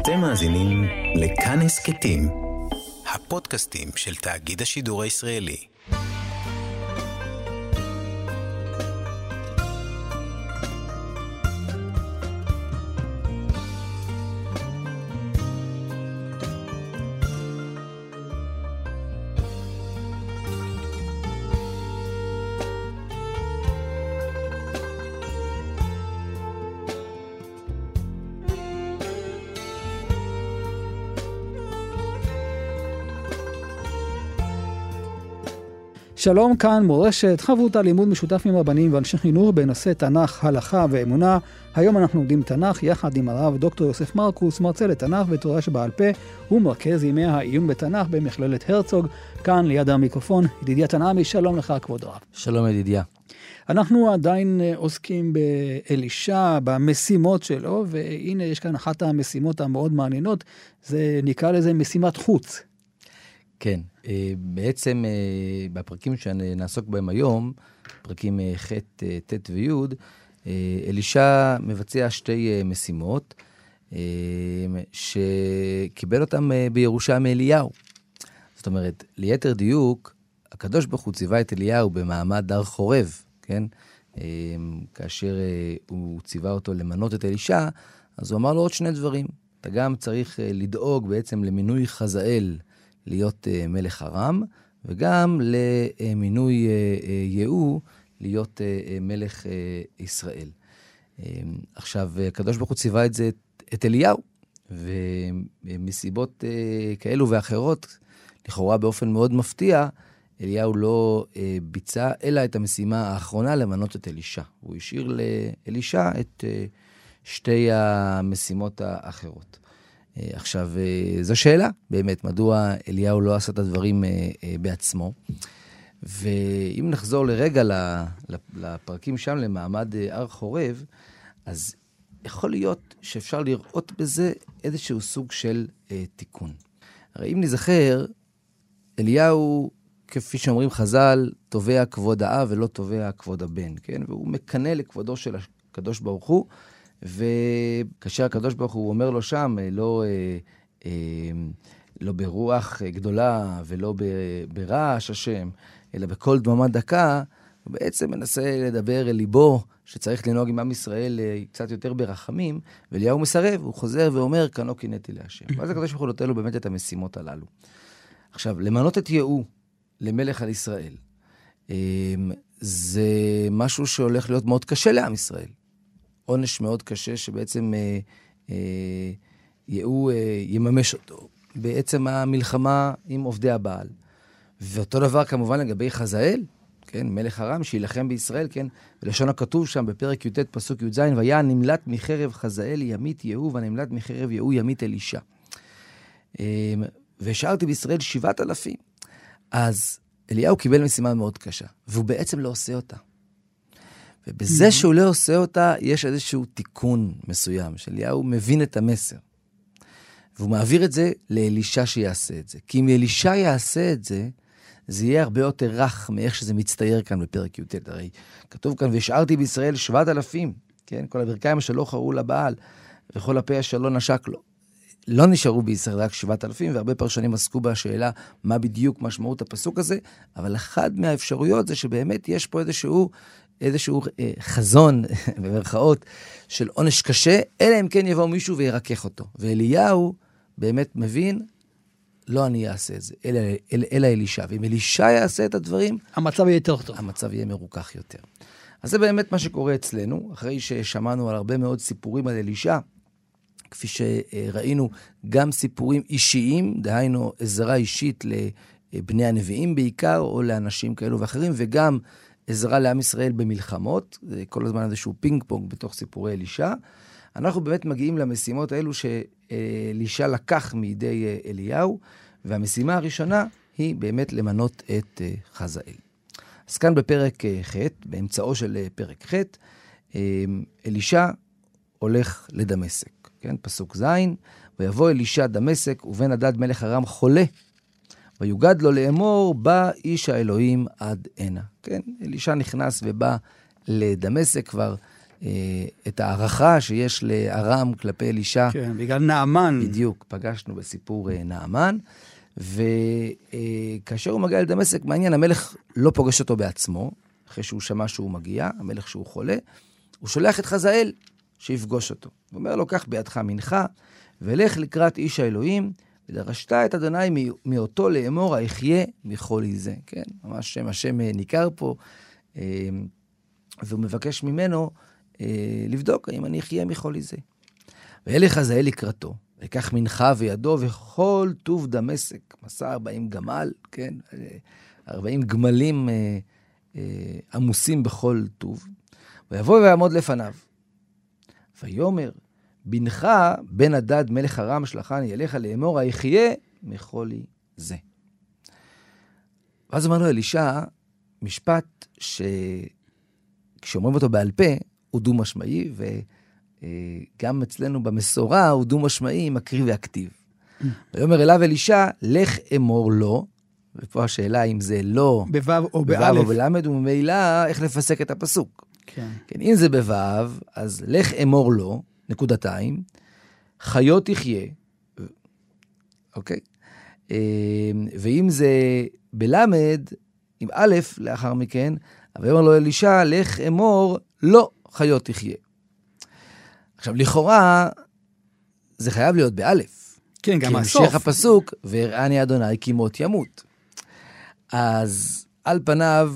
אתם מאזינים לכאן הסכתים, הפודקאסטים של תאגיד השידור הישראלי. שלום, כאן מורשת, חברותא לימוד משותף עם רבנים ואנשי חינוך בנושא תנ"ך, הלכה ואמונה. היום אנחנו לומדים תנ"ך יחד עם הרב דוקטור יוסף מרקוס, מרצה לתנ"ך ותורה שבעל פה, ומרכז ימי העיון בתנ"ך במכללת הרצוג, כאן ליד המיקרופון. ידידיה תנעמי, שלום לך כבוד הרב. שלום ידידיה. אנחנו עדיין עוסקים באלישע, במשימות שלו, והנה יש כאן אחת המשימות המאוד מעניינות, זה נקרא לזה משימת חוץ. כן, בעצם בפרקים שנעסוק בהם היום, פרקים ח', ט' וי', אלישע מבצע שתי משימות, שקיבל אותם בירושה מאליהו. זאת אומרת, ליתר דיוק, הקדוש ברוך הוא ציווה את אליהו במעמד הר חורב, כן? כאשר הוא ציווה אותו למנות את אלישע, אז הוא אמר לו עוד שני דברים. אתה גם צריך לדאוג בעצם למינוי חזאל, להיות מלך ארם, וגם למינוי יהוא, להיות מלך ישראל. עכשיו, הקדוש ברוך הוא ציווה את זה, את אליהו, ומסיבות כאלו ואחרות, לכאורה באופן מאוד מפתיע, אליהו לא ביצע, אלא את המשימה האחרונה למנות את אלישע. הוא השאיר לאלישע את שתי המשימות האחרות. עכשיו, זו שאלה, באמת, מדוע אליהו לא עשה את הדברים בעצמו. ואם נחזור לרגע לפרקים שם, למעמד הר חורב, אז יכול להיות שאפשר לראות בזה איזשהו סוג של תיקון. הרי אם נזכר, אליהו, כפי שאומרים חז"ל, תובע כבוד האב ולא תובע כבוד הבן, כן? והוא מקנה לכבודו של הקדוש ברוך הוא, וכאשר הקדוש ברוך הוא אומר לו שם, לא ברוח גדולה ולא ברעש השם, אלא בכל דממה דקה, הוא בעצם מנסה לדבר אל ליבו, שצריך לנהוג עם עם ישראל קצת יותר ברחמים, ואליהו מסרב, הוא חוזר ואומר, כאן לא קינאתי להשם. ואז הקדוש ברוך הוא נותן לו באמת את המשימות הללו. עכשיו, למנות את יהוא למלך על ישראל, זה משהו שהולך להיות מאוד קשה לעם ישראל. עונש מאוד קשה שבעצם יהוא יממש אותו. בעצם המלחמה עם עובדי הבעל. ואותו דבר כמובן לגבי חזאל, כן, מלך ארם שילחם בישראל, כן, ולשון הכתוב שם בפרק י"ט פסוק י"ז, והיה נמלט מחרב חזאל ימית יהוא, ונמלט מחרב יהוא ימית אלישע. והשארתי בישראל 7,000. אז אליהו קיבל משימה מאוד קשה, והוא בעצם לא עושה אותה. ובזה שהוא לא עושה אותה, יש איזשהו תיקון מסוים, שאליהו מבין את המסר. והוא מעביר את זה לאלישע שיעשה את זה. כי אם אלישע יעשה את זה, זה יהיה הרבה יותר רך מאיך שזה מצטייר כאן בפרק י"ט. הרי כתוב כאן, והשארתי בישראל 7,000, כן? כל הברכיים אשר לא חרו לבעל, וכל הפה אשר לא נשק לו. לא נשארו בישראל רק 7,000, והרבה פרשנים עסקו בשאלה מה בדיוק משמעות הפסוק הזה, אבל אחד מהאפשרויות זה שבאמת יש פה איזשהו חזון, במרכאות, של עונש קשה, אלא אם כן יבוא מישהו וירקח אותו. ואליהו באמת מבין, לא אני אעשה את זה, אלא אלישע. ואם אלישע יעשה את הדברים, המצב יהיה יותר טוב. המצב יהיה מרוכך יותר. אז זה באמת מה שקורה אצלנו, אחרי ששמענו על הרבה מאוד סיפורים על אלישע, כפי שראינו גם סיפורים אישיים, דהיינו עזרה אישית לבני הנביאים בעיקר, או לאנשים כאלו ואחרים, וגם עזרה לעם ישראל במלחמות, זה כל הזמן איזשהו פינג פונג בתוך סיפורי אלישע. אנחנו באמת מגיעים למשימות האלו שאלישע לקח מידי אליהו, והמשימה הראשונה היא באמת למנות את חזאל. אז כאן בפרק ח', באמצעו של פרק ח', אלישע הולך לדמשק, כן? פסוק ז', ויבוא אלישע דמשק, ובן הדד מלך ארם חולה, ויוגד לו לאמור, בא איש האלוהים עד הנה. כן, אלישע נכנס ובא לדמשק, כבר את הערכה שיש לארם כלפי אלישע. כן, בגלל נעמן. בדיוק, פגשנו בסיפור נעמן, וכאשר הוא מגיע לדמשק, מעניין, המלך לא פוגש אותו בעצמו, אחרי שהוא שמע שהוא מגיע, המלך שהוא חולה, הוא שולח את חזאל שיפגוש אותו. הוא אומר לו, קח בידך מנחה, ולך לקראת איש האלוהים, ודרשת את אדוני מאותו לאמור, היחיה מחולי זה. כן, ממש השם ניכר פה, והוא מבקש ממנו לבדוק האם אני אחיה מחולי זה. ואלה חזאל לקראתו, ויקח מנחה וידו וכל טוב דמשק, מסע 40 גמל, כן, 40 גמלים עמוסים בכל טוב, ויבוא ויעמוד לפניו. ויאמר, בנך בן הדד מלך ארם שלחני אליך לאמור, היחיה מחולי זה. ואז אמר לו אלישע, משפט שכשאומרים אותו בעל פה, הוא דו משמעי, וגם אצלנו במסורה הוא דו משמעי, מקריא והכתיב. ויאמר אליו אלישע, לך אמור לו, ופה השאלה אם זה לא בוו או באלף. או בלמד, וממילא איך לפסק את הפסוק. כן. כן, אם זה בוו, אז לך אמור לו, נקודתיים, חיות יחיה, אוקיי? ואם זה בלמד, עם א' לאחר מכן, אבל אומר לו אלישע, לך אמור לא חיות יחיה. עכשיו, לכאורה, זה חייב להיות באלף. כן, גם הסוף. כי המשך הפסוק, והראני אדוני כי מות ימות. אז על פניו,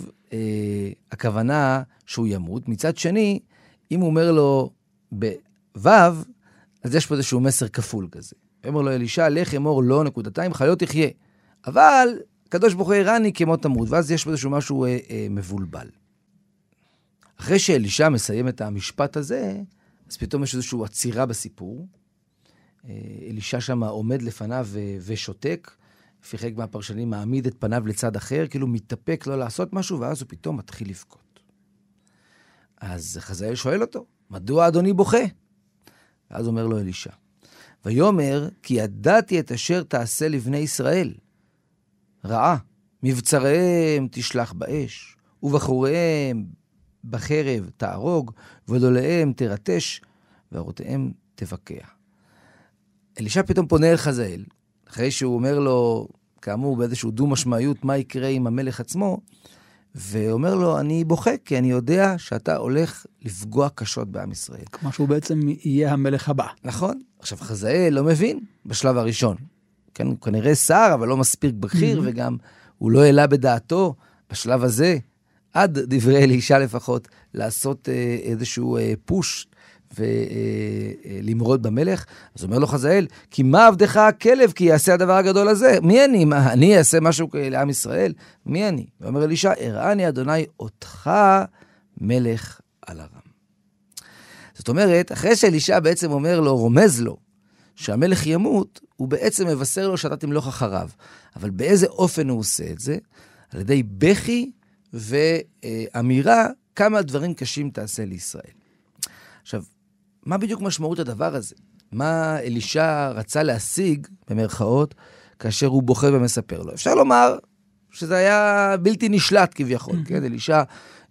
הכוונה שהוא ימות. מצד שני, אם הוא אומר לו בוו, אז יש פה איזשהו מסר כפול כזה. אומר לו אלישע, לך אמור לא נקודתיים, חיות יחיה. אבל קדוש ברוך הוא הראני כי מות תמות, ואז יש פה איזשהו משהו מבולבל. אחרי שאלישע מסיים את המשפט הזה, אז פתאום יש איזושהי עצירה בסיפור. אלישע שם עומד לפניו ושותק, לפי חלק מהפרשנים מעמיד את פניו לצד אחר, כאילו מתאפק לא לעשות משהו, ואז הוא פתאום מתחיל לבכות. אז חזאל שואל אותו, מדוע אדוני בוכה? ואז אומר לו אלישע, ויאמר, כי ידעתי את אשר תעשה לבני ישראל. רעה, מבצריהם תשלח באש, ובחוריהם בחרב תהרוג, ודולהם תרטש, וערותיהם תבקע. אלישע פתאום פונה אל חזאל, אחרי שהוא אומר לו, כאמור באיזשהו דו משמעיות, מה יקרה עם המלך עצמו, ואומר לו, אני בוכה, כי אני יודע שאתה הולך לפגוע קשות בעם ישראל. כמו שהוא בעצם יהיה המלך הבא. נכון. עכשיו, חזאל לא מבין בשלב הראשון. כן, הוא כנראה שר, אבל לא מספיק בכיר, וגם הוא לא העלה בדעתו בשלב הזה, עד דברי אלישע לפחות, לעשות איזשהו פוש ולמרוד במלך. אז אומר לו חזאל, כי מה עבדך הכלב, כי יעשה הדבר הגדול הזה? מי אני? מה, אני אעשה משהו לעם ישראל? מי אני? ואומר אלישע, הראני אדוני אותך מלך על ארם. זאת אומרת, אחרי שאלישע בעצם אומר לו, רומז לו, שהמלך ימות, הוא בעצם מבשר לו שאתה תמלוך אחריו. אבל באיזה אופן הוא עושה את זה? על ידי בכי ואמירה, כמה דברים קשים תעשה לישראל. עכשיו, מה בדיוק משמעות הדבר הזה? מה אלישע רצה להשיג, במרכאות, כאשר הוא בוכה ומספר לו? אפשר לומר שזה היה בלתי נשלט כביכול, כן? אלישע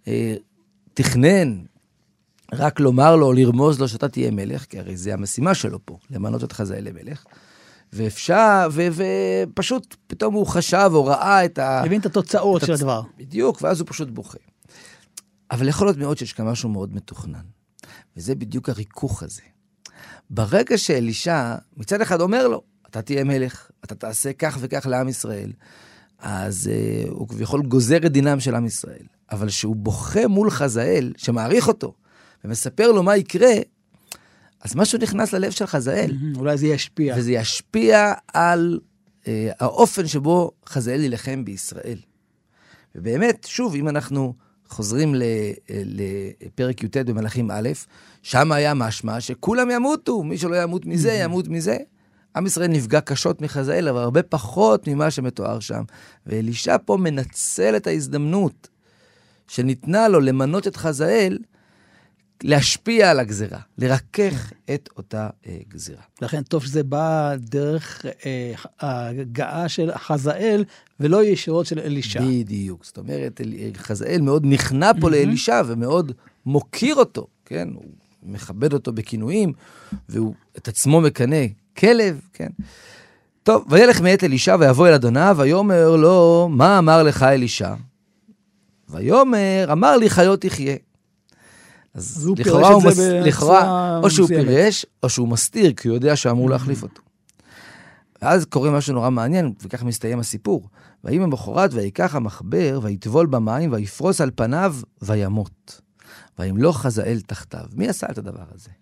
תכנן רק לומר לו, לרמוז לו שאתה תהיה מלך, כי הרי זה המשימה שלו פה, למנות את חזאל למלך. ואפשר, ופשוט פתאום הוא חשב או ראה את הבין את התוצאות של הדבר. בדיוק, ואז הוא פשוט בוכה. אבל יכול להיות מאוד שיש כאן משהו מאוד מתוכנן. וזה בדיוק הריכוך הזה. ברגע שאלישע מצד אחד אומר לו, אתה תהיה מלך, אתה תעשה כך וכך לעם ישראל, אז הוא כביכול גוזר את דינם של עם ישראל. אבל שהוא בוכה מול חזאל, שמעריך אותו, ומספר לו מה יקרה, אז משהו נכנס ללב של חזאל. אולי זה ישפיע. וזה ישפיע על האופן שבו חזאל ילחם בישראל. ובאמת, שוב, אם אנחנו חוזרים לפרק י"ט במלאכים א', שם היה משמע שכולם ימותו, מי שלא ימות מזה, ימות מזה. עם ישראל נפגע קשות מחזאל, אבל הרבה פחות ממה שמתואר שם. ואלישע פה מנצל את ההזדמנות שניתנה לו למנות את חזאל, להשפיע על הגזירה, לרכך את אותה גזירה. לכן טוב שזה בא דרך ההגעה של חזאל, ולא ישירות של אלישע. בדיוק. זאת אומרת, חזאל מאוד נכנע פה לאלישע, ומאוד מוקיר אותו, כן? הוא מכבד אותו בכינויים, והוא את עצמו מקנה כלב, כן? טוב, וילך מאת אלישע ויבוא אל אדוניו, ויאמר לו, מה אמר לך אלישע? ויאמר, אמר לי חיות תחיה. אז הוא פירש את זה לכאורה, או שהוא פירש, או שהוא מסתיר, כי הוא יודע שאמור להחליף אותו. ואז קורה משהו נורא מעניין, וכך מסתיים הסיפור. ויהי למחרת ויקח המחבר, ויטבול במים, ויפרוס על פניו, וימות. וימלוך חזאל תחתיו. מי עשה את הדבר הזה?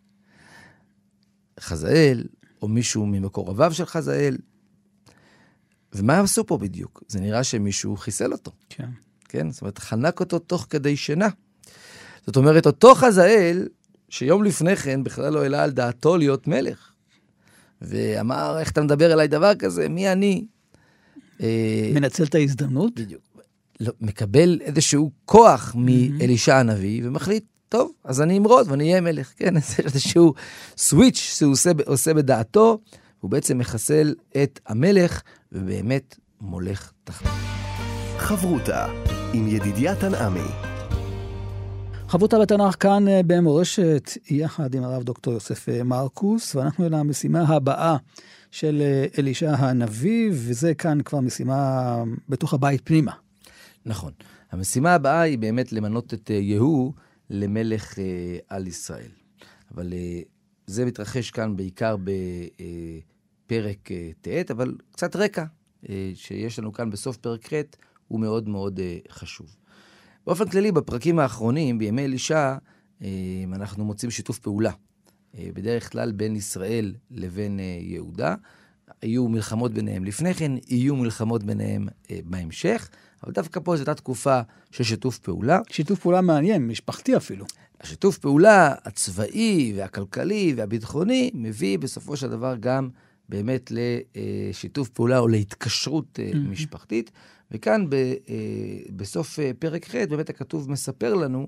חזאל, או מישהו ממקורביו של חזאל. ומה עשו פה בדיוק? זה נראה שמישהו חיסל אותו. כן. כן? זאת אומרת, חנק אותו תוך כדי שינה. זאת אומרת, אותו חזאל, שיום לפני כן בכלל לא העלה על דעתו להיות מלך. ואמר, איך אתה מדבר אליי דבר כזה? מי אני? מנצל את ההזדמנות? בדיוק. לא, מקבל איזשהו כוח מאלישע הנביא, ומחליט, טוב, אז אני אמרוד ואני אהיה מלך. כן, זה איזשהו סוויץ' שהוא עושה בדעתו, הוא בעצם מחסל את המלך, ובאמת מולך תחתיו. חברותה עם ידידיה תנעמי. חברותה בתנ"ך כאן במורשת, יחד עם הרב דוקטור יוסף מרקוס, ואנחנו אל המשימה הבאה של אלישע הנביא, וזה כאן כבר משימה בתוך הבית פנימה. נכון. המשימה הבאה היא באמת למנות את יהוא למלך על ישראל. אבל זה מתרחש כאן בעיקר בפרק ט', אבל קצת רקע שיש לנו כאן בסוף פרק ח' הוא מאוד מאוד חשוב. באופן כללי, בפרקים האחרונים, בימי אלישע, אנחנו מוצאים שיתוף פעולה. בדרך כלל בין ישראל לבין יהודה. היו מלחמות ביניהם לפני כן, יהיו מלחמות ביניהם בהמשך, אבל דווקא פה זו הייתה תקופה של שיתוף פעולה. שיתוף פעולה מעניין, משפחתי אפילו. השיתוף פעולה הצבאי והכלכלי והביטחוני מביא בסופו של דבר גם באמת לשיתוף פעולה או להתקשרות משפחתית. וכאן בסוף פרק ח' באמת הכתוב מספר לנו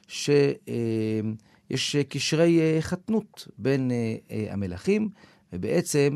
שיש קשרי חתנות בין המלכים, ובעצם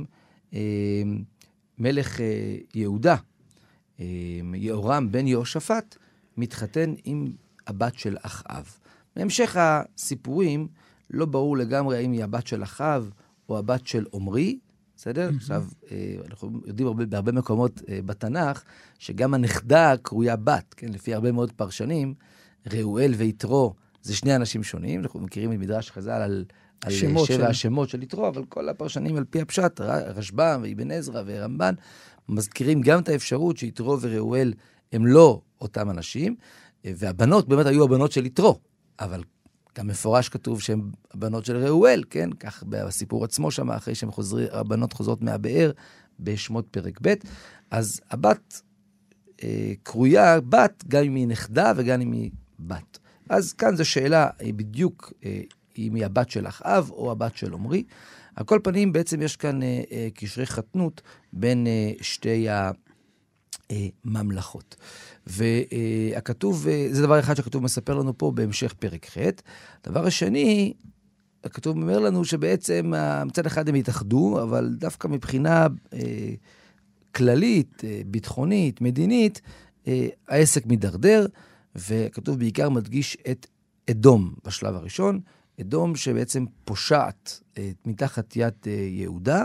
מלך יהודה, יהורם בן יהושפט, מתחתן עם הבת של אחאב. בהמשך הסיפורים לא ברור לגמרי האם היא הבת של אחאב או הבת של עומרי, בסדר? עכשיו, אנחנו יודעים בהרבה מקומות בתנ"ך, שגם הנכדה קרויה בת, כן? לפי הרבה מאוד פרשנים, ראואל ויתרו, זה שני אנשים שונים, אנחנו מכירים את מדרש חז"ל על שבע השמות של יתרו, אבל כל הפרשנים על פי הפשט, רשב"ם ואבן עזרא ורמב"ן, מזכירים גם את האפשרות שיתרו וראואל הם לא אותם אנשים, והבנות באמת היו הבנות של יתרו, אבל גם מפורש כתוב שהן הבנות של ראואל, כן? כך בסיפור עצמו שם, אחרי שהבנות חוזרות מהבאר, בשמות פרק ב', אז הבת קרויה בת, גם אם היא נכדה וגם אם היא בת. אז כאן זו שאלה בדיוק אם היא הבת של אחאב או הבת של עומרי. על כל פנים, בעצם יש כאן קשרי חתנות בין שתי הממלכות. והכתוב, זה דבר אחד שהכתוב מספר לנו פה בהמשך פרק ח'. דבר השני, הכתוב אומר לנו שבעצם מצד אחד הם התאחדו, אבל דווקא מבחינה כללית, ביטחונית, מדינית, העסק מדרדר, וכתוב בעיקר מדגיש את אדום בשלב הראשון, אדום שבעצם פושעת מתחת יד יהודה,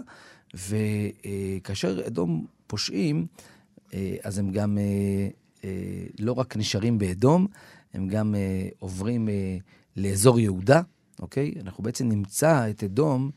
וכאשר אדום פושעים, אז הם גם לא רק נשארים באדום, הם גם עוברים לאזור יהודה, אוקיי? אנחנו בעצם נמצא את אדום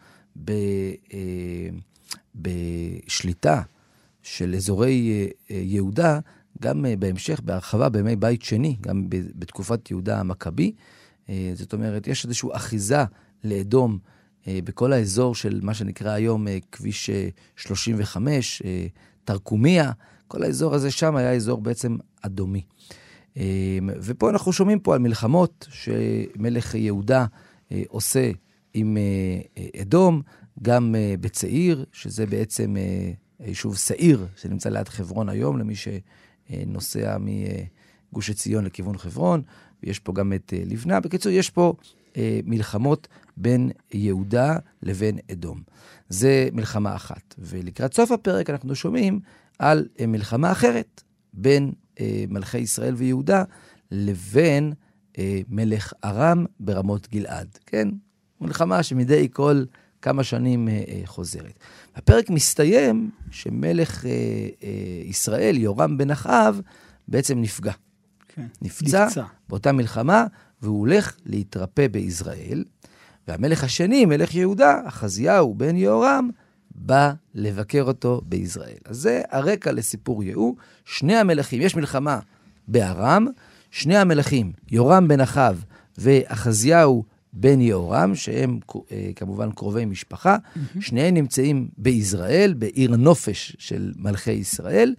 בשליטה של אזורי יהודה, גם בהמשך, בהרחבה בימי בית שני, גם בתקופת יהודה המכבי. זאת אומרת, יש איזושהי אחיזה לאדום בכל האזור של מה שנקרא היום כביש 35, תרקומיה, כל האזור הזה שם היה אזור בעצם אדומי. ופה אנחנו שומעים פה על מלחמות שמלך יהודה עושה עם אדום, גם בצעיר, שזה בעצם יישוב שעיר שנמצא ליד חברון היום, למי שנוסע מגוש עציון לכיוון חברון, ויש פה גם את לבנה. בקיצור, יש פה מלחמות בין יהודה לבין אדום. זה מלחמה אחת. ולקראת סוף הפרק אנחנו שומעים על מלחמה אחרת בין מלכי ישראל ויהודה לבין מלך ארם ברמות גלעד, כן? מלחמה שמדי כל כמה שנים חוזרת. הפרק מסתיים שמלך ישראל, יורם בן אחאב, בעצם נפגע. כן. נפצע באותה מלחמה, והוא הולך להתרפא ביזרעאל, והמלך השני, מלך יהודה, אחזיהו בן יהורם, בא לבקר אותו ביזרעאל. אז זה הרקע לסיפור יהוא. שני המלכים, יש מלחמה בארם, שני המלכים, יורם בן אחאב ואחזיהו בן יהורם, שהם כמובן קרובי משפחה, שניהם נמצאים ביזרעאל, בעיר נופש של מלכי ישראל,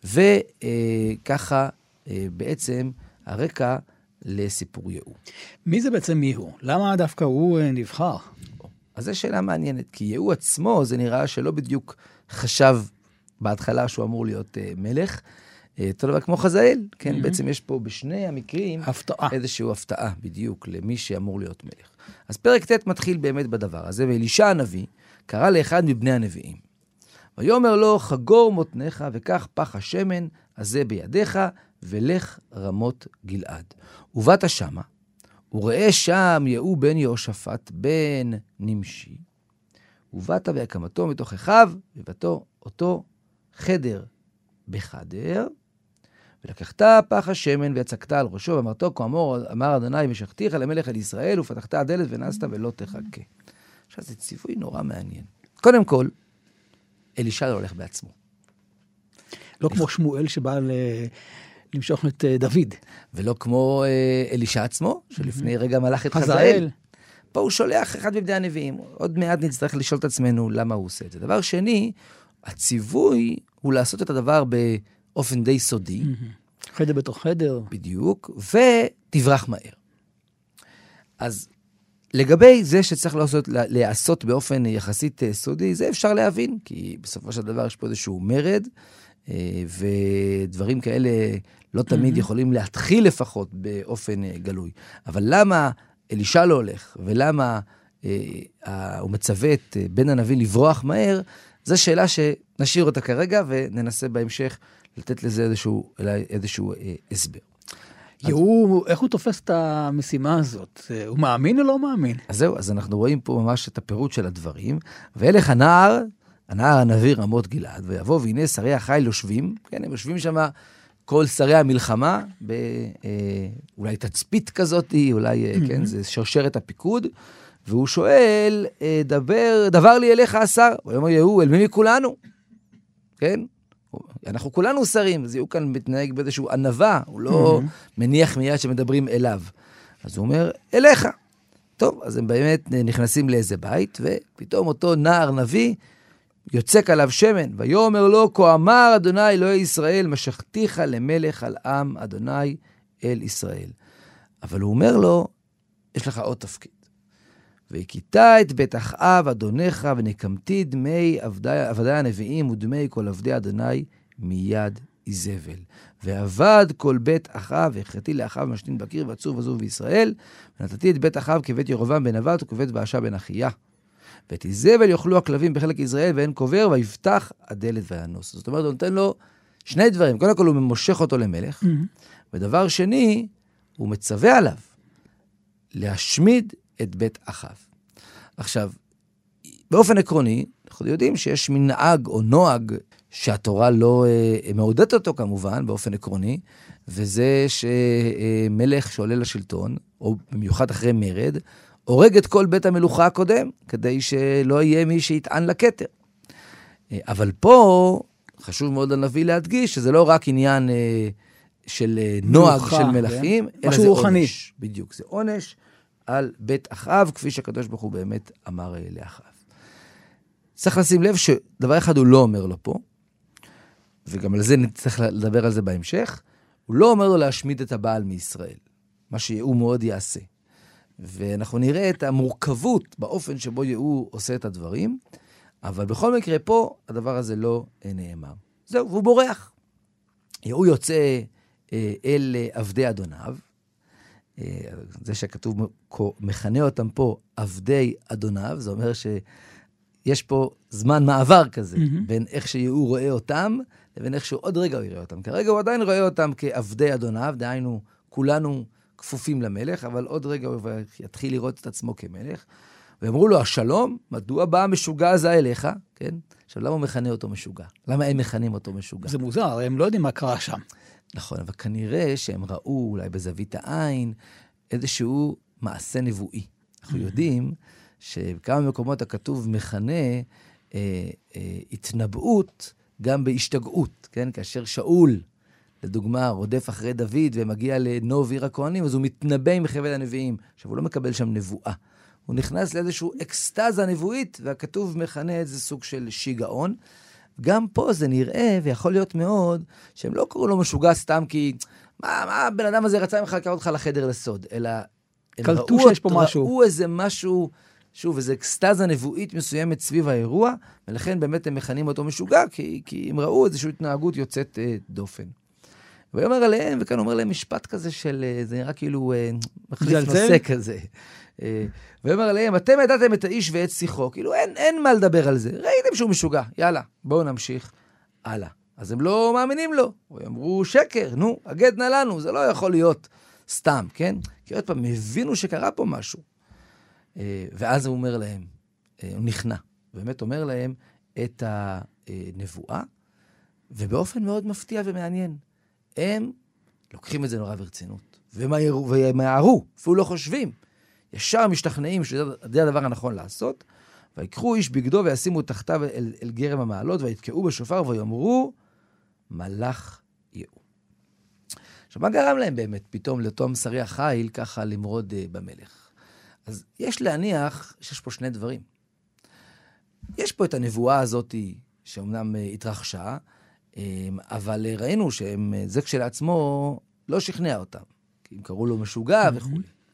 וככה בעצם הרקע לסיפור יהוא. מי זה בעצם יהוא? למה דווקא הוא נבחר? אז זו שאלה מעניינת, כי יהוא עצמו זה נראה שלא בדיוק חשב בהתחלה שהוא אמור להיות מלך, אותו דבר כמו חזאל, כן? בעצם יש פה בשני המקרים איזושהי הפתעה בדיוק למי שאמור להיות מלך. אז פרק ט' מתחיל באמת בדבר הזה, ואלישע הנביא קרא לאחד מבני הנביאים. ויאמר לו, חגור מותניך וקח פח השמן הזה בידיך, ולך רמות גלעד. ובאת שמה, וראה שם יהוא בן יהושפט בן נמשי, ובאת והקמתו מתוך אחיו, ובאתו אותו חדר בחדר, ולקחת פח השמן ויצקת על ראשו, ואמרתו, כה אמר אדוני, משכתיך למלך על ישראל, ופתחת הדלת ונסת ולא תחכה. עכשיו, זה ציווי נורא מעניין. קודם כל, אלישע לא הולך בעצמו. לא כמו שמואל שבא למשוך את דוד. ולא כמו אלישע עצמו, שלפני רגע מלך את חזאל. פה הוא שולח אחד מבני הנביאים. עוד מעט נצטרך לשאול את עצמנו למה הוא עושה את זה. דבר שני, הציווי הוא לעשות את הדבר באופן די סודי. חדר בתוך חדר. בדיוק, ותברח מהר. אז לגבי זה שצריך לעשות באופן יחסית סודי, זה אפשר להבין, כי בסופו של דבר יש פה איזשהו מרד, ודברים כאלה לא תמיד יכולים להתחיל לפחות באופן גלוי. אבל למה אלישע לא הולך, ולמה הוא מצווה את בן הנביא לברוח מהר, זו שאלה שנשאיר אותה כרגע, וננסה בהמשך לתת לזה איזשהו הסבר. יהוא, איך הוא תופס את המשימה הזאת? הוא מאמין או לא מאמין? אז זהו, אז אנחנו רואים פה ממש את הפירוט של הדברים, ואלך הנער הנביא רמות גלעד, ויבוא והנה שרי החיל יושבים, כן, הם יושבים שם כל שרי המלחמה, אולי תצפית כזאת, אולי, כן, זה שרשרת הפיקוד, והוא שואל, דבר לי אליך השר, הוא אומר, יהוא, אל מי מכולנו? כן? אנחנו כולנו שרים, אז יהוא כאן מתנהג באיזשהו ענווה, הוא לא מניח מיד שמדברים אליו. אז הוא אומר, אליך. טוב, אז הם באמת נכנסים לאיזה בית, ופתאום אותו נער נביא יוצק עליו שמן, ויאמר לו, כה אמר אדוני אלוהי ישראל, משכתיך למלך על עם אדוני אל ישראל. אבל הוא אומר לו, יש לך עוד תפקיד. והכיתה את בית אחאב אדונך, ונקמתי דמי עבדי הנביאים ודמי כל עבדי אדוני מיד איזבל. ועבד כל בית אחאב, והכרתי לאחאב משתין בקיר ועצור וזוב בישראל, ונתתי את בית אחאב כבית ירבעם בן נבט וכבית באשה בן אחיה. ואת איזבל יאכלו הכלבים בחלק ישראל ואין קובר, ויפתח הדלת וינוס. זאת אומרת, הוא נותן לו שני דברים. קודם כל הוא ממושך אותו למלך, ודבר שני, הוא מצווה עליו להשמיד את בית אחאב. עכשיו, באופן עקרוני, אנחנו יודעים שיש מנהג או נוהג שהתורה לא מעודדת אותו כמובן, באופן עקרוני, וזה שמלך שעולה לשלטון, או במיוחד אחרי מרד, הורג את כל בית המלוכה הקודם, כדי שלא יהיה מי שיטען לכתר. אבל פה חשוב מאוד לנביא להדגיש, שזה לא רק עניין של נוהג של מלכים, אלא זה עונש. בדיוק, זה עונש על בית אחאב, כפי שהקדוש ברוך הוא באמת אמר לאחאב. צריך לשים לב שדבר אחד הוא לא אומר לו פה, וגם על זה נצטרך לדבר על זה בהמשך, הוא לא אומר לו להשמיד את הבעל מישראל, מה שיהוא מאוד יעשה. ואנחנו נראה את המורכבות באופן שבו יהוא עושה את הדברים, אבל בכל מקרה פה הדבר הזה לא נאמר. זהו, והוא בורח. יהוא יוצא אל עבדי אדוניו, זה שכתוב מכנה אותם פה עבדי אדוניו, זה אומר שיש פה זמן מעבר כזה, בין איך שיהוא רואה אותם, לבין איך שהוא עוד רגע הוא יראה אותם. כרגע הוא עדיין רואה אותם כעבדי אדוניו, דהיינו כולנו כפופים למלך, אבל עוד רגע הוא יתחיל לראות את עצמו כמלך. ואמרו לו, השלום, מדוע בא המשוגע הזה אליך? כן? עכשיו, למה הוא מכנה אותו משוגע? למה הם מכנים אותו משוגע? זה מוזר, הם לא יודעים מה קרה שם. נכון, אבל כנראה שהם ראו, אולי בזווית העין, איזשהו מעשה נבואי. אנחנו יודעים שבכמה מקומות הכתוב מכנה התנבאות גם בהשתגעות, כן? כאשר שאול, לדוגמה, רודף אחרי דוד ומגיע לנוב עיר הכהנים, אז הוא מתנבא עם חבל הנביאים. עכשיו, הוא לא מקבל שם נבואה. הוא נכנס לאיזשהו אקסטזה נבואית, והכתוב מכנה איזה סוג של שיגעון. גם פה זה נראה, ויכול להיות מאוד, שהם לא קראו לו משוגע סתם כי, מה הבן אדם הזה רצה ממך לקרוא אותך לחדר לסוד, אלא קלטו שיש פה משהו. ראו איזה משהו, שוב, איזה אקסטזה נבואית מסוימת סביב האירוע, ולכן באמת הם מכנים אותו משוגע, כי הם ראו איזושהי התנהגות יוצאת דופן. ויאמר עליהם, וכאן אומר להם משפט כזה של, זה נראה כאילו מחליף נושא כזה. ויאמר עליהם, אתם ידעתם את האיש ואת שיחו, כאילו אין מה לדבר על זה, ראיתם שהוא משוגע, יאללה, בואו נמשיך הלאה. אז הם לא מאמינים לו, או אמרו שקר, נו, הגד נא לנו, זה לא יכול להיות סתם, כן? כי עוד פעם, הבינו שקרה פה משהו. ואז הוא אומר להם, הוא נכנע, באמת אומר להם את הנבואה, ובאופן מאוד מפתיע ומעניין, הם לוקחים את זה נורא ברצינות, ומהרו, אפילו לא חושבים, ישר משתכנעים שזה הדבר הנכון לעשות, ויקחו איש בגדו וישימו תחתיו אל גרם המעלות, ויתקעו בשופר ויאמרו, מלאך יהוא. עכשיו, מה גרם להם באמת פתאום לאותו מסרי החיל ככה למרוד במלך? אז יש להניח שיש פה שני דברים. יש פה את הנבואה הזאת שאומנם התרחשה, אבל ראינו שזה כשלעצמו לא שכנע אותם, כי הם קראו לו משוגע וכו'.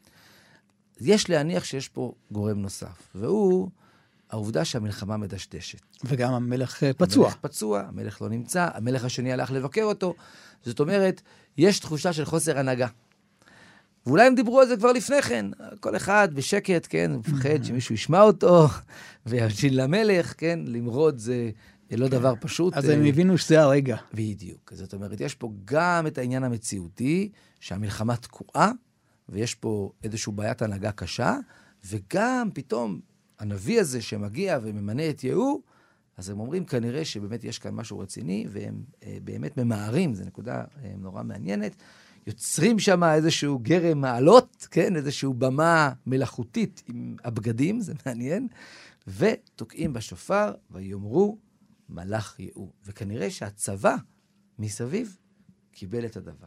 יש להניח שיש פה גורם נוסף, והוא העובדה שהמלחמה מדשדשת. וגם המלך פצוע. המלך פצוע, המלך לא נמצא, המלך השני הלך לבקר אותו. זאת אומרת, יש תחושה של חוסר הנהגה. ואולי הם דיברו על זה כבר לפני כן. כל אחד בשקט, כן, מפחד שמישהו ישמע אותו, וימשיל למלך, כן, למרוד זה לא דבר פשוט. אז הם הבינו שזה הרגע. בדיוק. זאת אומרת, יש פה גם את העניין המציאותי, שהמלחמה תקועה, ויש פה איזושהי בעיית הנהגה קשה, וגם פתאום הנביא הזה שמגיע וממנה את יהוא, אז הם אומרים כנראה שבאמת יש כאן משהו רציני, והם באמת ממהרים, זו נקודה נורא מעניינת, יוצרים שם איזשהו גרם מעלות, כן? איזשהו במה מלאכותית עם הבגדים, זה מעניין, ותוקעים בשופר ויאמרו מלאך יהוא. וכנראה שהצבא מסביב קיבל את הדבר.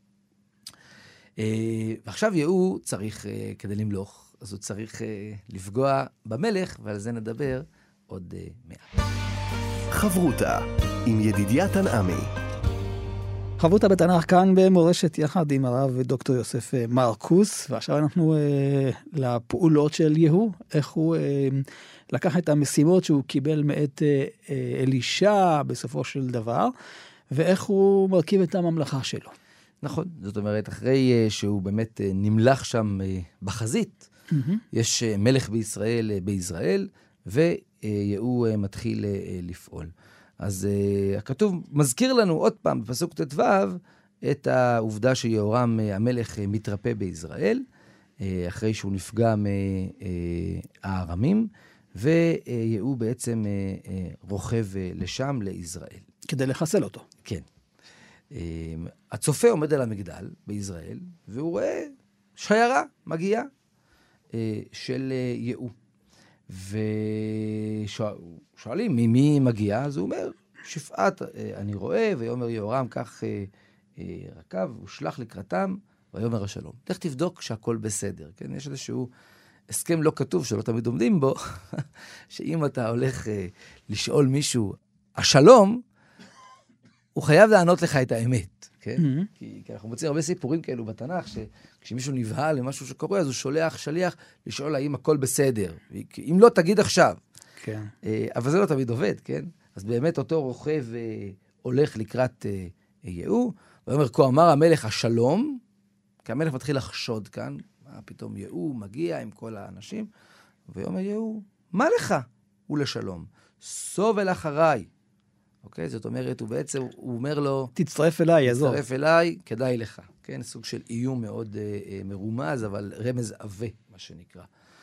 ועכשיו יהוא צריך, כדי למלוך, אז הוא צריך לפגוע במלך, ועל זה נדבר עוד מעט. חברותה עם ידידיה תנעמי. חברותה בתנ"ך כאן במורשת יחד עם הרב דוקטור יוסף מרקוס, ועכשיו אנחנו לפעולות של יהוא, איך הוא לקח את המשימות שהוא קיבל מאת אלישע בסופו של דבר, ואיך הוא מרכיב את הממלכה שלו. נכון, זאת אומרת, אחרי שהוא באמת נמלך שם בחזית, יש מלך בישראל, ויהוא מתחיל לפעול. אז הכתוב מזכיר לנו עוד פעם, בפסוק ט"ו, את העובדה שיהורם המלך מתרפא בישראל, אחרי שהוא נפגע מהארמים, ויהוא בעצם רוכב לשם, לישראל. כדי לחסל אותו. כן. הצופה עומד על המגדל בישראל, והוא רואה שיירה מגיעה של יהוא. ושואלים ממי מגיע, אז הוא אומר, שפעת אני רואה, ויאמר יהורם כך רכב, הוא שלח לקראתם, ויאמר השלום. לך תבדוק שהכל בסדר, כן? יש איזשהו הסכם לא כתוב שלא תמיד עומדים בו, שאם אתה הולך לשאול מישהו, השלום, הוא חייב לענות לך את האמת, כן? כי אנחנו מוצאים הרבה סיפורים כאלו בתנ"ך, שכשמישהו נבהל למשהו שקורה, אז הוא שולח שליח לשאול האם הכל בסדר. אם לא, תגיד עכשיו. כן. אבל זה לא תמיד עובד, כן? אז באמת אותו רוכב הולך לקראת יהוא, ואומר, כה אמר המלך השלום, כי המלך מתחיל לחשוד כאן, פתאום יהוא מגיע עם כל האנשים, ואומר יהוא, מה לך? הוא לשלום. סוב אל אחריי. אוקיי? זאת אומרת, הוא אומר לו, תצטרף אליי, יעזור. תצטרף אליי, כדאי לך. כן, סוג של איום מאוד מרומז, אבל רמז עבה, מה שנקרא.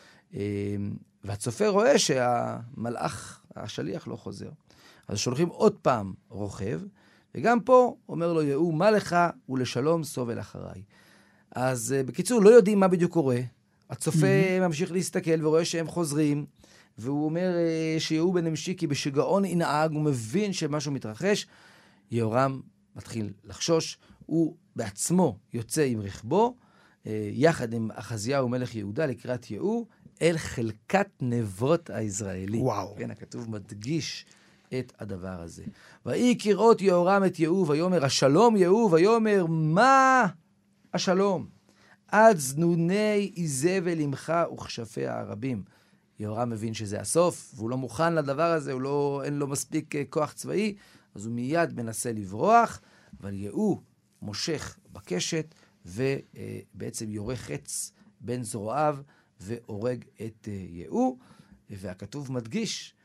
והצופה רואה שהמלאך, השליח לא חוזר. אז שולחים עוד פעם רוכב, וגם פה אומר לו יהוא, מה לך ולשלום סובל אחריי. אז בקיצור, לא יודעים מה בדיוק קורה. הצופה ממשיך להסתכל ורואה שהם חוזרים, והוא אומר שיהוא בן נמשיקי בשגעון ינהג, הוא מבין שמשהו מתרחש. יהורם מתחיל לחשוש, הוא בעצמו יוצא עם רכבו, יחד עם אחזיהו מלך יהודה לקראת יהוא, אל חלקת נבות היזרעאלי. וואו. כן, הכתוב מדגיש את הדבר הזה. ויהי כראות יהורם את יהוא, ויאמר השלום יהוא, ויאמר מה השלום? עד זנוני איזבל עמך וכשפי הערבים. יהורם מבין שזה הסוף, והוא לא מוכן לדבר הזה, אין לו מספיק כוח צבאי, אז הוא מיד מנסה לברוח, אבל יהוא מושך בקשת, ובעצם יורה חץ בין זרועיו, והורג את יהוא, והכתוב מדגיש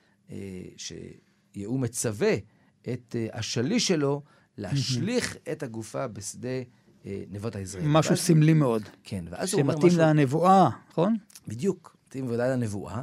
שיהוא מצווה את השליש שלו להשליך את הגופה בשדה נבות היזרעאלי. משהו סמלי מאוד. כן, ואז הוא אומר שמתאים משהו... לנבואה, נכון? בדיוק, מתאים ודאי לנבואה,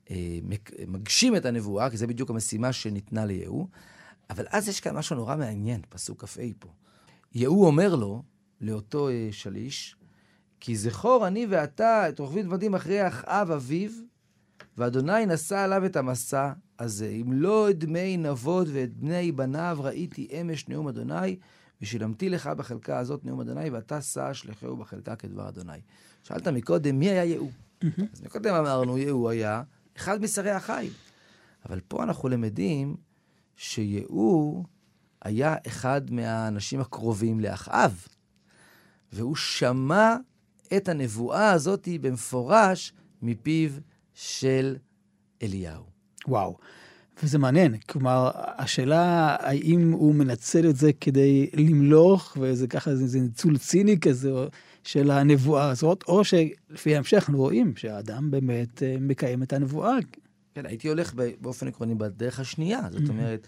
מגשים את הנבואה, כי זה בדיוק המשימה שניתנה ליהוא, אבל אז יש כאן משהו נורא מעניין, פסוק כ"ה פה. יהוא אומר לו, לאותו שליש, כי זכור אני ואתה את רוכבי דמדים אחרי אחאב אביו, ואדוני נשא עליו את המסע הזה. אם לא את דמי נבות ואת בני בניו ראיתי אמש נאום אדוני, ושילמתי לך בחלקה הזאת נאום אדוני, ואתה שא שלחהו בחלקה כדבר אדוני. שאלת מקודם, מי היה יהוא? אז מקודם אמרנו, יהוא היה אחד משרי החיל. אבל פה אנחנו למדים שיהוא היה אחד מהאנשים הקרובים לאחאב, והוא שמע את הנבואה הזאת במפורש מפיו של אליהו. וואו. וזה מעניין, כלומר, השאלה האם הוא מנצל את זה כדי למלוך, וזה ככה, זה ניצול ציני כזה של הנבואה הזאת, או שלפי ההמשך אנחנו רואים שהאדם באמת מקיים את הנבואה. כן, הייתי הולך באופן עקרוני בדרך השנייה, זאת אומרת,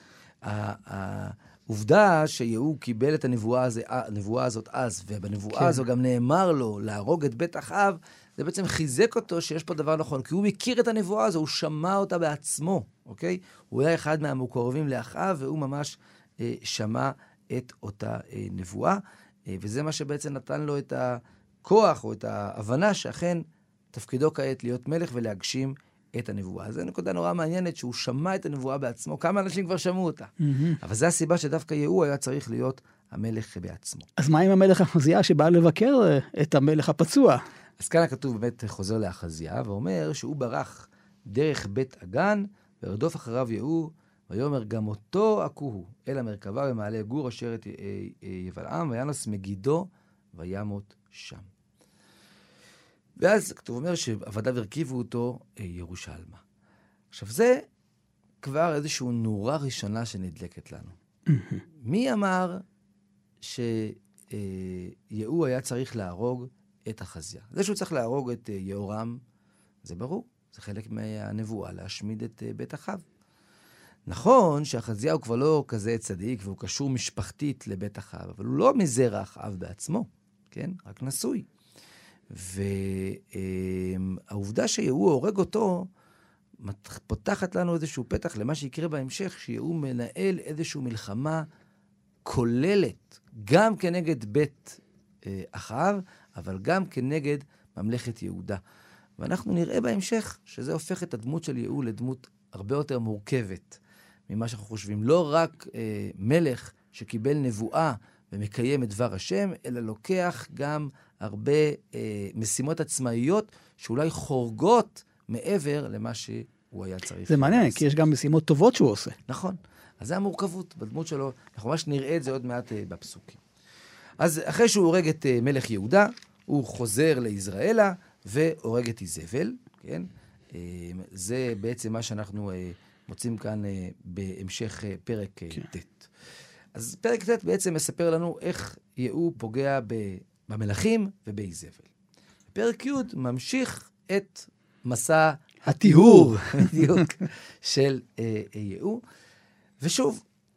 העובדה שיהוא קיבל את הנבואה הזאת אז, ובנבואה הזו גם נאמר לו להרוג את בית אחאב, זה בעצם חיזק אותו שיש פה דבר נכון, כי הוא מכיר את הנבואה הזו, הוא שמע אותה בעצמו, אוקיי? הוא היה אחד מהמקורבים לאחאב, והוא ממש שמע את אותה נבואה, וזה מה שבעצם נתן לו את הכוח או את ההבנה שאכן תפקידו כעת להיות מלך ולהגשים את הנבואה. זו נקודה נורא מעניינת שהוא שמע את הנבואה בעצמו, כמה אנשים כבר שמעו אותה. אבל זו הסיבה שדווקא יהוא היה צריך להיות המלך בעצמו. אז מה עם המלך אחזיה שבא לבקר את המלך הפצוע? אז כאן הכתוב באמת חוזר לאחזיה, ואומר שהוא ברח דרך בית הגן, ורדוף אחריו יהוא, ויאמר גם אותו עקוהו, אל המרכבה במעלה גור אשר את יבלעם, וינוס מגידו, וימות שם. ואז כתוב אומר שעבדיו הרכיבו אותו ירושלמה. עכשיו זה כבר איזושהי נורה ראשונה שנדלקת לנו. מי אמר שיהוא היה צריך להרוג את אחזיה? זה שהוא צריך להרוג את יהורם, זה ברור. זה חלק מהנבואה להשמיד את בית אחאב. נכון שאחזיה הוא כבר לא כזה צדיק, והוא קשור משפחתית לבית אחאב, אבל הוא לא מזרע אחאב בעצמו, כן? רק נשוי. והעובדה שיהוא הורג אותו, פותחת לנו איזשהו פתח למה שיקרה בהמשך, שיהוא מנהל איזושהי מלחמה כוללת, גם כנגד בית אחאב, אבל גם כנגד ממלכת יהודה. ואנחנו נראה בהמשך שזה הופך את הדמות של יהוא לדמות הרבה יותר מורכבת ממה שאנחנו חושבים. לא רק מלך שקיבל נבואה ומקיים את דבר השם, אלא לוקח גם הרבה משימות עצמאיות שאולי חורגות מעבר למה שהוא היה צריך. זה מעניין, כי יש גם משימות טובות שהוא עושה. נכון. אז זה המורכבות בדמות שלו. אנחנו ממש נראה את זה עוד מעט בפסוקים. אז אחרי שהוא הורג את מלך יהודה, הוא חוזר ליזרעאלה והורג את איזבל, כן? זה בעצם מה שאנחנו מוצאים כאן בהמשך פרק ט'. אז פרק ט' בעצם מספר לנו איך יהוא פוגע במלכים ובאיזבל. פרק י' ממשיך את מסע הטיהור של יהוא. ושוב,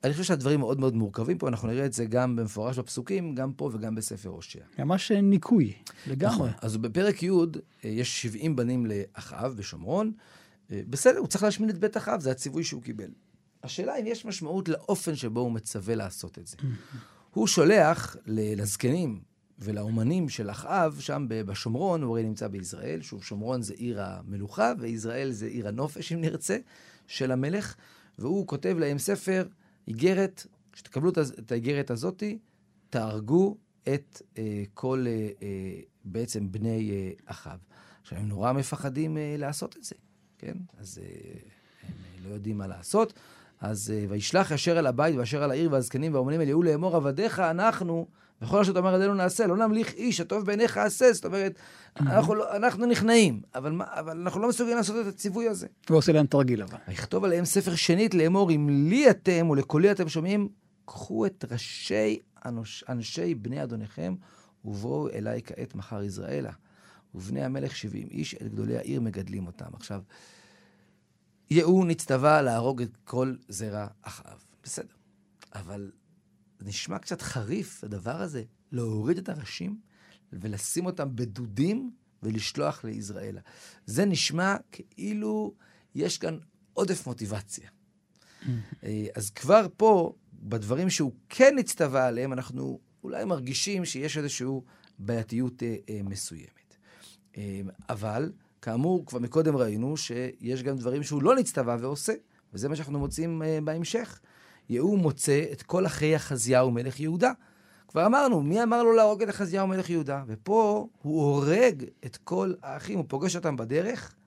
אני חושב שהדברים מאוד מאוד מורכבים פה, אנחנו נראה את זה גם במפורש בפסוקים, גם פה וגם בספר הושע. ממש ניקוי, לגמרי. נכון, אז בפרק י' יש 70 בנים לאחאב בשומרון, בסדר, הוא צריך להשמיד את בית אחאב, זה הציווי שהוא קיבל. השאלה אם יש משמעות לאופן שבו הוא מצווה לעשות את זה. הוא שולח לזקנים ולאומנים של אחאב, שם בשומרון, הוא הרי נמצא בישראל, שוב, שומרון זה עיר המלוכה, וישראל זה עיר הנופש, אם נרצה, של המלך, והוא כותב להם ספר, איגרת, כשתקבלו את האיגרת הזאת, תהרגו את כל בעצם בני אחאב. עכשיו, הם נורא מפחדים לעשות את זה, כן? אז הם לא יודעים מה לעשות. אז וישלח ישר אל הבית ואשר על העיר והזקנים והאומנים אליהו לאמור עבדיך אנחנו, וכל אשר תאמר ידינו נעשה, לא נמליך איש, הטוב בעיניך עשה. זאת אומרת, אנחנו נכנעים, אבל אנחנו לא מסוגלים לעשות את הציווי הזה. ועושה להם תרגיל אבל. ויכתוב עליהם ספר שנית לאמור, אם לי אתם ולקולי אתם שומעים, קחו את ראשי אנשי בני אדוניכם, ובואו אליי כעת מחר יזרעאלה. ובני המלך 70 איש, את גדולי העיר מגדלים אותם. עכשיו, יהוא נצטווה להרוג את כל זרע אחאב. בסדר. אבל נשמע קצת חריף, הדבר הזה, להוריד את הראשים ולשים אותם בדודים ולשלוח ליזרעאלה. זה נשמע כאילו יש כאן עודף מוטיבציה. אז כבר פה, בדברים שהוא כן נצטווה עליהם, אנחנו אולי מרגישים שיש איזושהי בעייתיות מסוימת. אבל, כאמור, כבר מקודם ראינו שיש גם דברים שהוא לא נצטווה ועושה, וזה מה שאנחנו מוצאים בהמשך. יהוא מוצא את כל אחי אחזיהו מלך יהודה. כבר אמרנו, מי אמר לו להרוג את אחזיהו מלך יהודה? ופה הוא הורג את כל האחים, הוא פוגש אותם בדרך,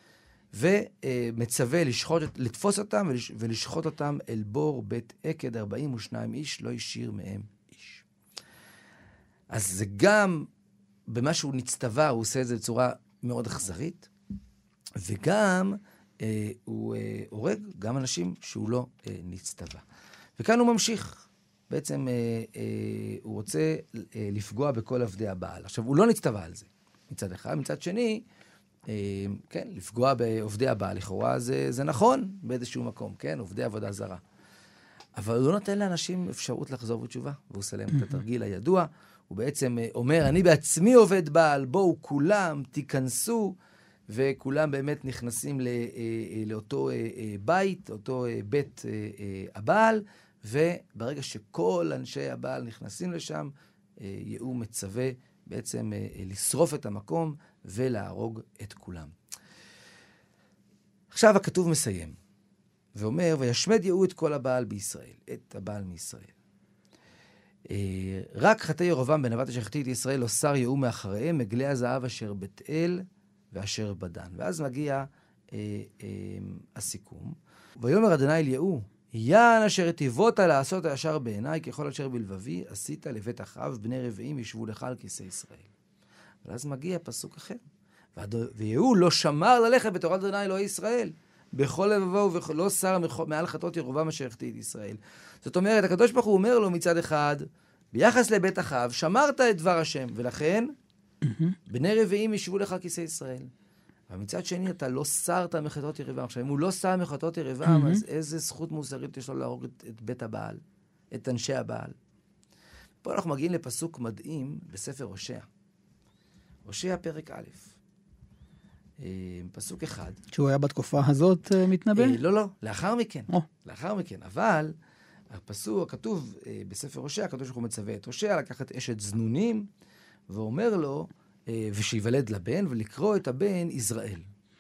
ומצווה לתפוס אותם ולשחוט אותם אל בור בית עקד, 42 איש, לא השאיר מהם איש. אז זה גם, במה שהוא נצטווה, הוא עושה את זה בצורה מאוד אכזרית, וגם הוא הורג גם אנשים שהוא לא נצטווה. וכאן הוא ממשיך. בעצם הוא רוצה לפגוע בכל עבדי הבעל. עכשיו, הוא לא נצטווה על זה, מצד אחד. מצד שני, כן, לפגוע בעובדי הבעל, לכאורה זה נכון באיזשהו מקום, כן, עובדי עבודה זרה. אבל הוא לא נותן לאנשים אפשרות לחזור בתשובה, והוא עושה להם את התרגיל הידוע. הוא בעצם אומר, אני בעצמי עובד בעל, בואו כולם תיכנסו, וכולם באמת נכנסים לאותו בית, אותו בית הבעל, וברגע שכל אנשי הבעל נכנסים לשם, יהוא מצווה בעצם לשרוף את המקום ולהרוג את כולם. עכשיו הכתוב מסיים, ואומר, וישמד יהוא את כל הבעל בישראל, את הבעל מישראל. רק חטא ירבעם בן נבט אשר החטיא את ישראל, לא שר יהוא מאחריהם, מגלי הזהב אשר בית אל ואשר בדן. ואז מגיע הסיכום. ויאמר אדוני אל יהוא, יען אשר היטיבות לעשות הישר בעיניי, ככל אשר בלבבי, עשית לבית אחאב, בני רבעים ישבו לך על כיסא ישראל. ואז מגיע פסוק אחר. ויהוא לא שמר ללכת בתורת אדוני אלוהי ישראל, בכל לבבו ולא שר מעל חטאות ירבעם אשר החטיא את ישראל. זאת אומרת, הקדוש ברוך הוא אומר לו מצד אחד, ביחס לבית אחאב, שמרת את דבר השם, ולכן בני רבעים ישבו לך כיסא ישראל. ומצד שני, אתה לא סרת מחטאות ירבעם. עכשיו, אם הוא לא שר מחטאות ירבעם, אז איזה זכות מוסרית יש לו להרוג את בית הבעל, את אנשי הבעל. פה אנחנו מגיעים לפסוק מדהים בספר הושע. הושע פרק א', פסוק 1. שהוא היה בתקופה הזאת מתנבא? לא, לאחר מכן. לאחר מכן, אבל הפסוק, הכתוב בספר הושע, הכתוב שהוא מצווה את הושע, לקחת אשת זנונים, ואומר לו, ושיוולד לבן, ולקרוא את הבן יזרעאל.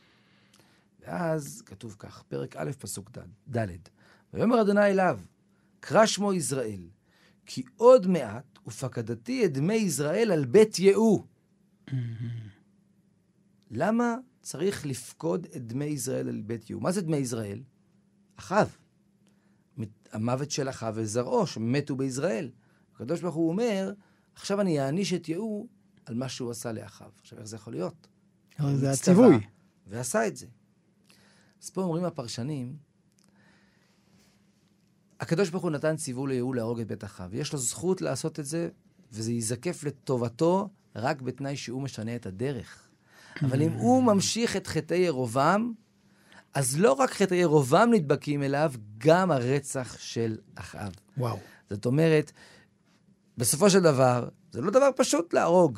ואז כתוב כך, פרק א', פסוק ד'. ויאמר אדוני אליו, קרא שמו יזרעאל, כי עוד מעט ופקדתי את דמי יזרעאל על בית יהוא. למה צריך לפקוד את דמי יזרעאל על בית יהוא? מה זה דמי יזרעאל? אחאב. המוות של אחאב וזרעו, שמתו ביזרעאל. הקדוש ברוך הוא אומר, עכשיו אני אעניש את יהוא על מה שהוא עשה לאחאב. עכשיו, איך זה יכול להיות? זה הציווי. ועשה את זה. אז פה אומרים הפרשנים, הקדוש ברוך הוא נתן ציווי ליהוא להרוג את בית אחאב. יש לו זכות לעשות את זה, וזה ייזקף לטובתו רק בתנאי שהוא משנה את הדרך. אבל אם הוא ממשיך את חטאי ירבעם, אז לא רק חטא ירובעם נדבקים אליו, גם הרצח של אחאב. וואו. זאת אומרת, בסופו של דבר, זה לא דבר פשוט להרוג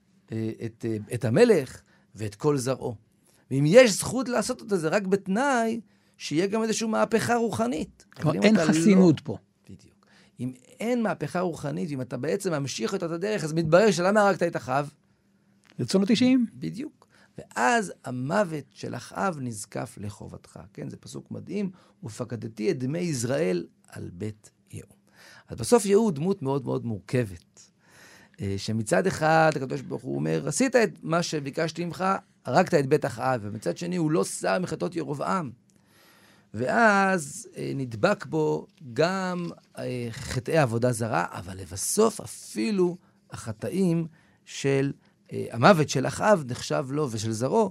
את המלך ואת כל זרעו. ואם יש זכות לעשות את זה רק בתנאי, שיהיה גם איזושהי מהפכה רוחנית. אין חסינות פה. בדיוק. אם אין מהפכה רוחנית, אם אתה בעצם ממשיך את הדרך, אז מתברר שלמה הרגת את אחאב? רצונות אישיים. בדיוק. ואז המוות של אחאב נזקף לחובתך. כן, זה פסוק מדהים. ופקדתי את דמי ישראל על בית יהוא. אז בסוף יהוא דמות מאוד מאוד מורכבת. שמצד אחד, הקדוש ברוך הוא אומר, עשית את מה שביקשתי ממך, הרגת את בית אחאב, ומצד שני הוא לא סר מחטאות ירובעם. ואז נדבק בו גם חטאי עבודה זרה, אבל לבסוף אפילו החטאים של המוות של אחאב נחשב לו, ושל זרעו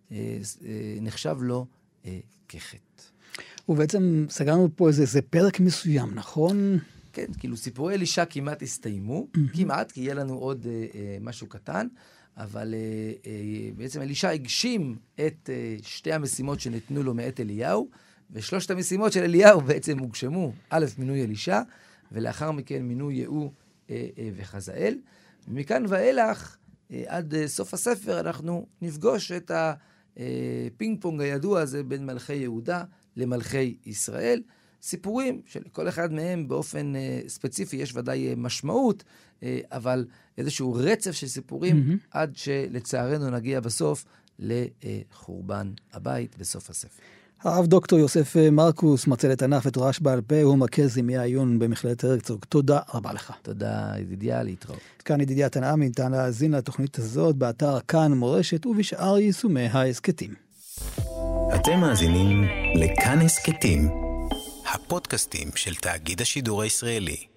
נחשב לו כחטא. ובעצם סגרנו פה איזה פרק מסוים, נכון? כן, כאילו סיפורי אלישע כמעט הסתיימו, כמעט, כי יהיה לנו עוד משהו קטן, אבל בעצם אלישע הגשים את שתי המשימות שניתנו לו מאת אליהו, ושלושת המשימות של אליהו בעצם הוגשמו, א', מינוי אלישע, ולאחר מכן מינוי יהוא וחזאל. ומכאן ואילך, עד סוף הספר, אנחנו נפגוש את הפינג פונג הידוע הזה בין מלכי יהודה למלכי ישראל. סיפורים שלכל אחד מהם באופן ספציפי יש ודאי משמעות, אבל איזשהו רצף של סיפורים עד שלצערנו נגיע בסוף לחורבן הבית בסוף הספר. הרב דוקטור יוסף מרקוס, מרצה לתנ"ך ותורה שבעל פה, הוא מרכז ימי העיון במכללת הרצוג. תודה רבה לך. תודה, ידידיה, להתראות. כאן ידידיה תנעמי, ניתן להאזין לתוכנית הזאת באתר כאן מורשת ובשאר יישומי ההסכתים. אתם מאזינים לכאן הסכתים, הפודקאסטים של תאגיד השידור הישראלי.